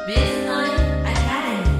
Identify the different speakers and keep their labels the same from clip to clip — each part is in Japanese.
Speaker 1: Midnight Academy。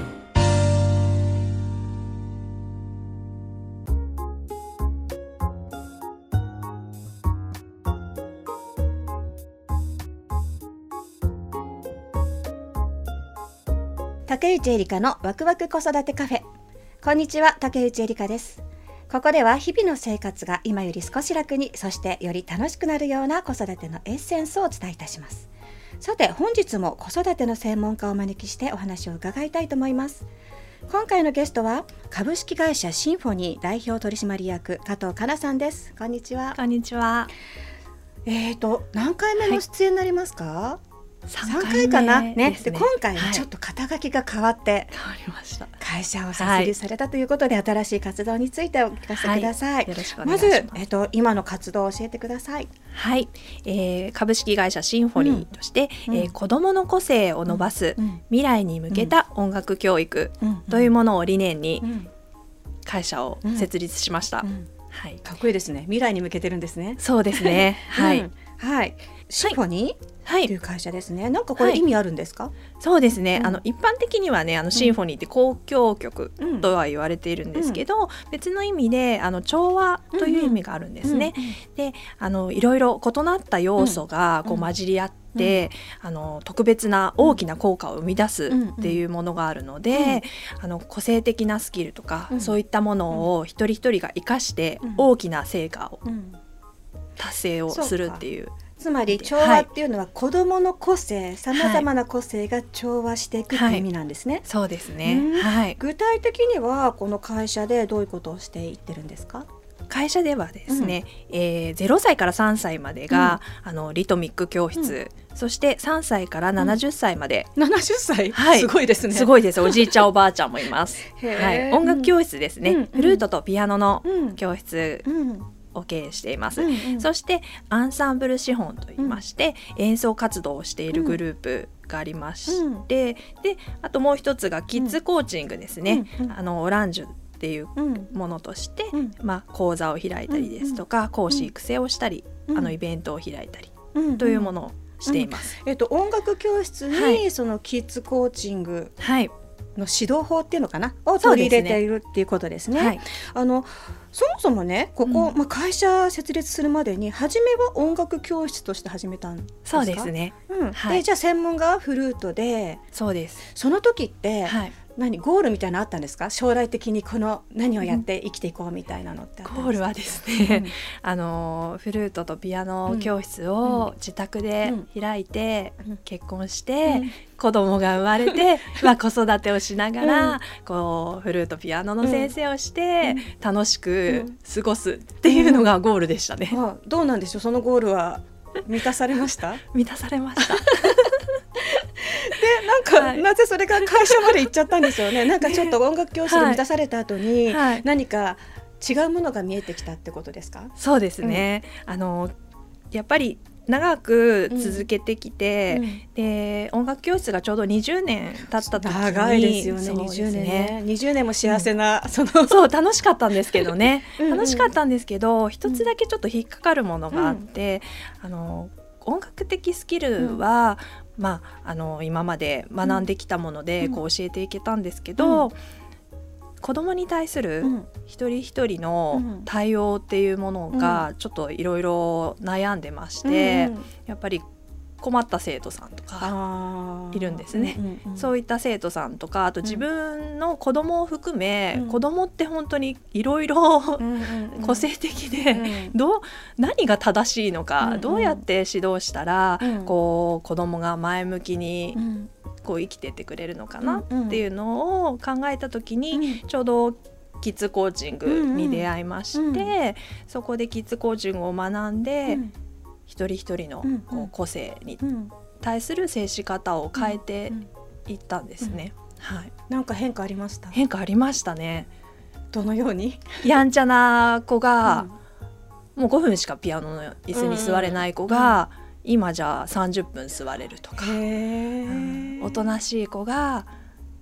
Speaker 2: 竹内えりかのワクワク子育てカフェ。こんにちは、竹内えりかです。ここでは日々の生活が今より少し楽に、そしてより楽しくなるような子育てのエッセンスをお伝えいたします。さて、本日も子育ての専門家をお招きしてお話を伺いたいと思います。今回のゲストは株式会社シンフォニー代表取締役加藤かなさんです。こんにちは。
Speaker 3: こんにちは。
Speaker 2: 何回目の出演になりますか？3回かな、ね。で今回はちょっと肩書きが変わって、
Speaker 3: 変わりました。
Speaker 2: 会社を設立されたということで、新しい活動についてお聞かせください。
Speaker 3: よろしくお願いします。
Speaker 2: まず、今の活動を教えてください。
Speaker 3: はい、株式会社シンフォニーとして、子どもの個性を伸ばす、未来に向けた音楽教育というものを理念に会社を設立しました。
Speaker 2: はい、かっこいいですね。未来に向けてるんですね。
Speaker 3: そうですね。はい、
Speaker 2: はい。シンフォニー、
Speaker 3: はい、
Speaker 2: という会社ですね。なんかこれ意味あるんですか？
Speaker 3: そうですね。一般的にはね、シンフォニーって交響曲とは言われているんですけど、別の意味で調和という意味があるんですね。で、いろいろ異なった要素がこう混じり合って、特別な大きな効果を生み出すっていうものがあるので、個性的なスキルとか、そういったものを一人一人が生かして大きな成果を達成をするっていう。
Speaker 2: つまり調和っていうのは子どもの個性、さまざまな個性が調和していくっていう意味なんですね。
Speaker 3: そうですね。はい。
Speaker 2: 具体的にはこの会社でどういうことをしていってるんですか？
Speaker 3: 会社ではですね、0歳から3歳までが、リトミック教室、そして3歳から70歳まで、
Speaker 2: 70歳、すごいですね。
Speaker 3: すごいです。おじいちゃんおばあちゃんもいます。はい、音楽教室ですね、フルートとピアノの教室を経営しています。そしてアンサンブル資本といいまして、演奏活動をしているグループがありまして、であともう一つがキッズコーチングですね。オランジュっていうものとして、講座を開いたりですとか、講師育成をしたり、イベントを開いたりというものをしています。
Speaker 2: 音楽教室に、そのキッズコーチングの指導法っていうのかなを取り入れているっていうことですね。そもそもね、ここ、会社設立するまでに初めは音楽教室として始めたんですか？
Speaker 3: そうですね。
Speaker 2: でじゃあ専門がフルートで、
Speaker 3: そうです。
Speaker 2: その時って、ゴールみたいなのあったんですか？将来的にこの何をやって生きていこうみたいなのってあったんですか？
Speaker 3: ゴールはですね、フルートとピアノ教室を自宅で開いて、結婚して、子供が生まれて、子育てをしながら、こうフルートピアノの先生をして、楽しく過ごすっていうのがゴールでしたね。
Speaker 2: どうなんでしょう、そのゴールは満たされました？満たされました。でなぜそれが会社まで行っちゃったんでしょうね。なんかちょっと音楽教室で満たされた後に、何か違うものが見えてきたってことですか？
Speaker 3: そうですね。やっぱり長く続けてきて、で音楽教室がちょうど20年経った時に、
Speaker 2: 長いですよね。20年ね。20年も幸せな、
Speaker 3: そう楽しかったんですけどね。楽しかったんですけど、一つだけちょっと引っかかるものがあって、音楽的スキルは、今まで学んできたものでこう教えていけたんですけど、子どもに対する一人一人の対応っていうものがちょっといろいろ悩んでまして、やっぱり困った生徒さんとかいるんですね。そういった生徒さんとか、あと自分の子供を含め、子供って本当にいろいろ個性的で、何が正しいのか、どうやって指導したらこう子供が前向きにこう生きてってくれるのかなっていうのを考えた時に、ちょうどキッズコーチングに出会いまして、そこでキッズコーチングを学んで、一人一人のこう個性に対する接し方を変えていったんですね。
Speaker 2: なんか変化ありました？
Speaker 3: 変化ありましたね。
Speaker 2: どのように？
Speaker 3: やんちゃな子が、もう5分しかピアノの椅子に座れない子が、今じゃあ30分座れるとか、おとなしい子が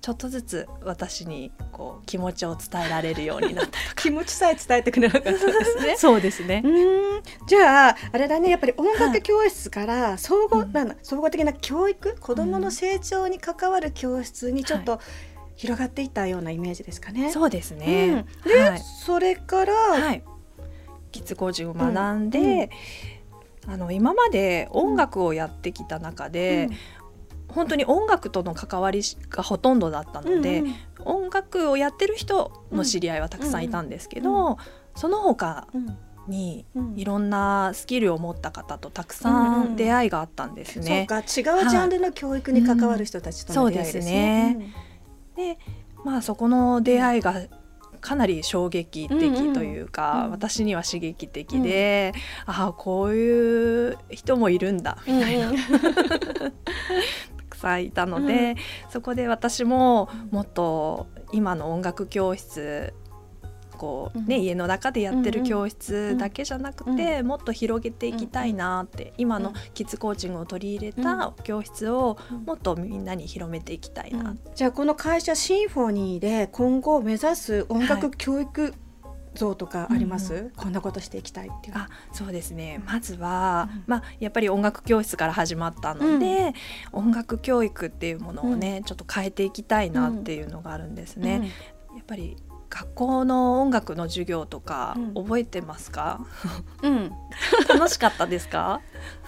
Speaker 3: ちょっとずつ私にこう気持ちを伝えられるようになったとか
Speaker 2: 気持ちさえ伝えてくれなかったんですね
Speaker 3: そうですね。
Speaker 2: じゃああれだね、やっぱり音楽教室から総合的な教育、子どもの成長に関わる教室にちょっと広がっていったようなイメージですかね。
Speaker 3: そうですね、
Speaker 2: で、それから、
Speaker 3: キッズコーチングを学んで、今まで音楽をやってきた中で、本当に音楽との関わりがほとんどだったので、音楽をやってる人の知り合いはたくさんいたんですけど、その他にいろんなスキルを持った方とたくさん出会いがあったんですね。
Speaker 2: そうか、違うジャンルの教育に関わる人たちとの出会いですね。
Speaker 3: で、そこの出会いがかなり衝撃的というか、私には刺激的で、こういう人もいるんだみたいな、たくさんいたので、そこで私ももっと今の音楽教室こう家の中でやってる教室だけじゃなくて、もっと広げていきたいなって、今のキッズコーチングを取り入れた教室をもっとみんなに広めていきたいな、
Speaker 2: じゃあこの会社シンフォニーで今後目指す音楽教育像とかあります？こんなことしていきたいっていう。
Speaker 3: そうですね、まずは、やっぱり音楽教室から始まったので、音楽教育っていうものをね、ちょっと変えていきたいなっていうのがあるんですね。やっぱり学校の音楽の授業とか覚えてますか？楽しかったですか？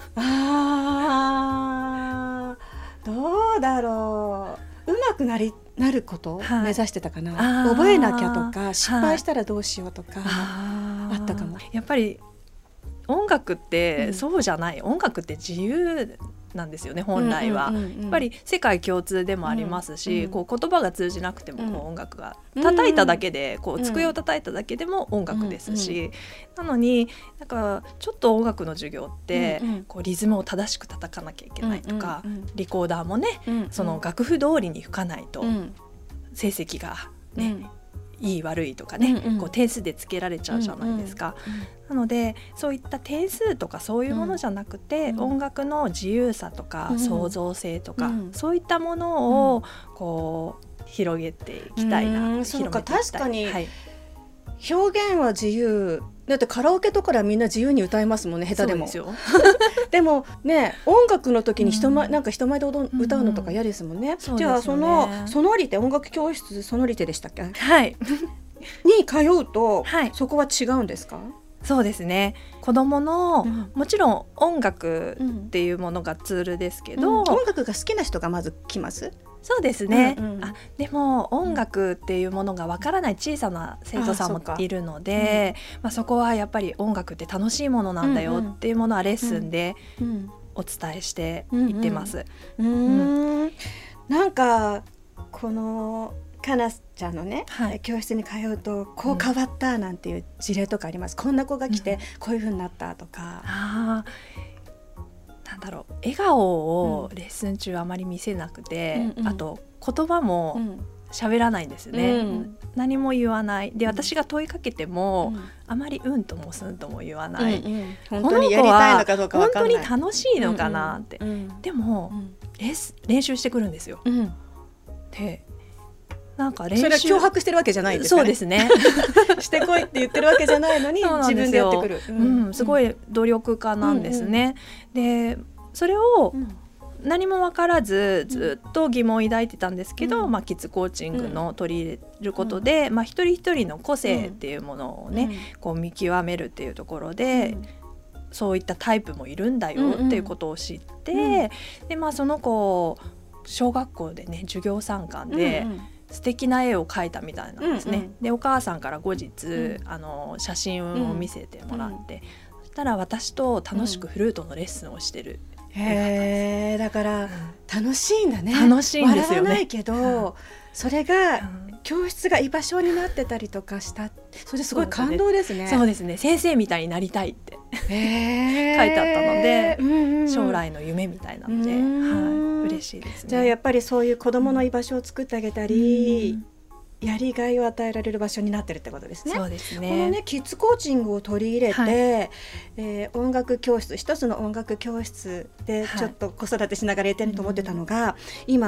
Speaker 2: どうだろう、上手くなることを目指してたかな。覚えなきゃとか、失敗したらどうしようとかあったかも。
Speaker 3: やっぱり音楽ってそうじゃない、音楽って自由なんですよね、本来は。やっぱり世界共通でもありますし、こう言葉が通じなくてもこう音楽が叩いただけで、こう机を叩いただけでも音楽ですし、なのになんかちょっと音楽の授業ってこうリズムを正しく叩かなきゃいけないとか、リコーダーもね、その楽譜通りに吹かないと成績がね、いい悪いとかね、こう点数でつけられちゃうじゃないですか。なのでそういった点数とかそういうものじゃなくて、音楽の自由さとか創造性とか、そういったものをこう広げていきたいな、
Speaker 2: そうか、確かに、表現は自由だって、カラオケとかではみんな自由に歌いますもんね、下手でも。
Speaker 3: そうですよ
Speaker 2: でもね、音楽の時になんか人前で歌うのとか嫌ですもんね。じゃあそのソノリテ、音楽教室ソノリテでしたっけ、に通うと、そこは違うんですか？
Speaker 3: そうですね、子どもの、もちろん音楽っていうものがツールですけど、
Speaker 2: 音楽が好きな人がまず来ます？
Speaker 3: そうですね、でも音楽っていうものがわからない小さな生徒さんもいるので、そこはやっぱり音楽って楽しいものなんだよっていうものはレッスンでお伝えしていってます。
Speaker 2: なんかこのかなちゃんのね、教室に通うとこう変わったなんていう事例とかあります？こんな子が来てこういう風になったとか。
Speaker 3: なんだろう、笑顔をレッスン中あまり見せなくて、あと言葉も喋らないんですね、何も言わないで、私が問いかけても、あまりうんともすんとも言わない、
Speaker 2: 本当にやりたいのかどうか分かんない、
Speaker 3: 本当に楽しいのかなって、でも、練習してくるんですよ、でなんか練習、
Speaker 2: それは脅迫してるわけじゃないですかね。
Speaker 3: そうですね
Speaker 2: してこいって言ってるわけじゃないのに自分でやってくる、
Speaker 3: すごい努力家なんですね、でそれを何も分からずずっと疑問を抱いてたんですけど、キッズコーチングの取り入れることで、一人一人の個性っていうものをね、こう見極めるっていうところで、そういったタイプもいるんだよっていうことを知って、でその子小学校でね授業参観で、素敵な絵を描いたみたいなんですね、でお母さんから後日、写真を見せてもらって、そしたら私と楽しくフルートのレッスンをしてる、
Speaker 2: だから楽しいんだね。
Speaker 3: 楽しいんですよね。
Speaker 2: 笑わないけど、それが教室が居場所になってたりとかした、それすごい感動ですね。
Speaker 3: そうですね、先生みたいになりたいって書いてあったので、将来の夢みたいなので、嬉しいですね。
Speaker 2: じゃあやっぱりそういう子どもの居場所を作ってあげたり、やりがいを与えられる場所になってるってことですね。
Speaker 3: そうですね。
Speaker 2: このねキッズコーチングを取り入れて、音楽教室、一つの音楽教室でちょっと子育てしながらやりたいと思ってたのが、今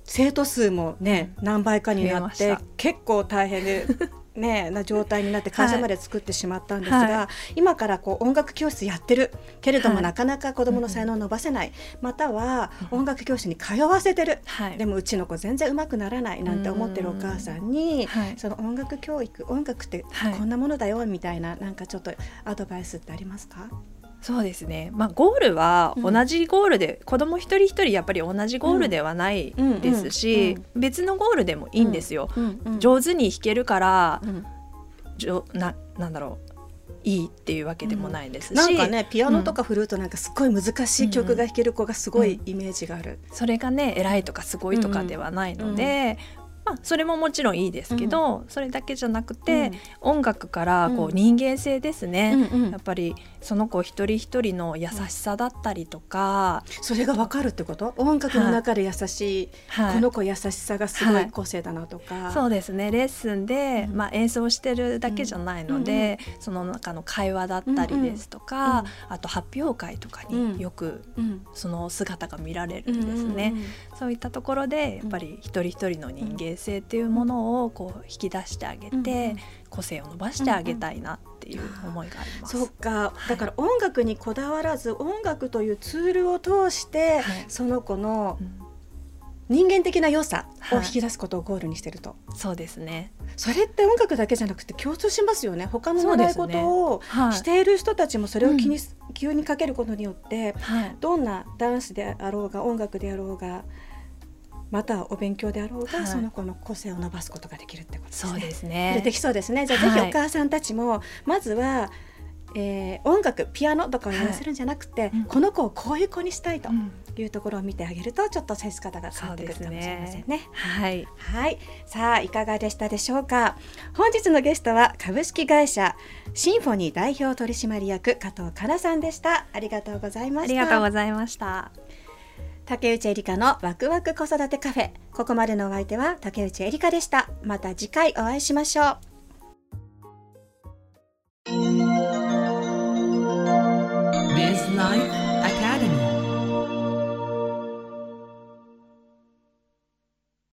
Speaker 2: 生徒数もね、何倍かになって
Speaker 3: 増えました
Speaker 2: 結構大変でねな状態になって会社まで作ってしまったんですが、今からこう音楽教室やってるけれども、なかなか子どもの才能を伸ばせない、または音楽教室に通わせてる、でもうちの子全然上手くならないなんて思ってるお母さんに、その音楽教育、音楽ってこんなものだよみたいな、なんかちょっとアドバイスってありますか？
Speaker 3: そうですね、ゴールは同じゴールで、子ども一人一人やっぱり同じゴールではないですし、別のゴールでもいいんですよ。上手に弾けるから、なんだろう、いいっていうわけでもないですし、
Speaker 2: なんかねピアノとかフルートなんかすごい難しい曲が弾ける子がすごいイメージがある、
Speaker 3: それがね偉いとかすごいとかではないので、それももちろんいいですけど、それだけじゃなくて、音楽からこう人間性ですね、やっぱりその子一人一人の優しさだったりとか、
Speaker 2: それが分かるってこと？音楽の中で優しい、この子優しさがすごい個性だなとか、
Speaker 3: そうですね、レッスンで、演奏してるだけじゃないので、その中の会話だったりですとか、あと発表会とかによくその姿が見られるんですね。そういったところでやっぱり一人一人の人間性っていうものをこう引き出してあげて、個性を伸ばしてあげたいなっていう思いがあります。
Speaker 2: そうか、だから音楽にこだわらず、音楽というツールを通して、その子の人間的な良さを引き出すことをゴールにしてると、
Speaker 3: そうですね。
Speaker 2: それって音楽だけじゃなくて共通しますよね。他の習い事をしている人たちもそれを気にかけることによって、どんなダンスであろうが音楽であろうが、またはお勉強であろうが、その子の個性を伸ばすことができるってことですね。
Speaker 3: そうですね。
Speaker 2: それできそうですね。じゃあぜひお母さんたちも、まずは、音楽、ピアノとかをやらせるんじゃなくて、この子をこういう子にしたいというところを見てあげると、ちょっと接し方が変わってくるかもしれませんね。はい、さあいかがでしたでしょうか。本日のゲストは株式会社シンフォニー代表取締役加藤かなさんでした。ありがとうございました。
Speaker 3: ありがとうございました。
Speaker 2: 竹内エリカのワクワク子育てカフェ、ここまでのお相手は竹内エリカでした。また次回お会いしましょう。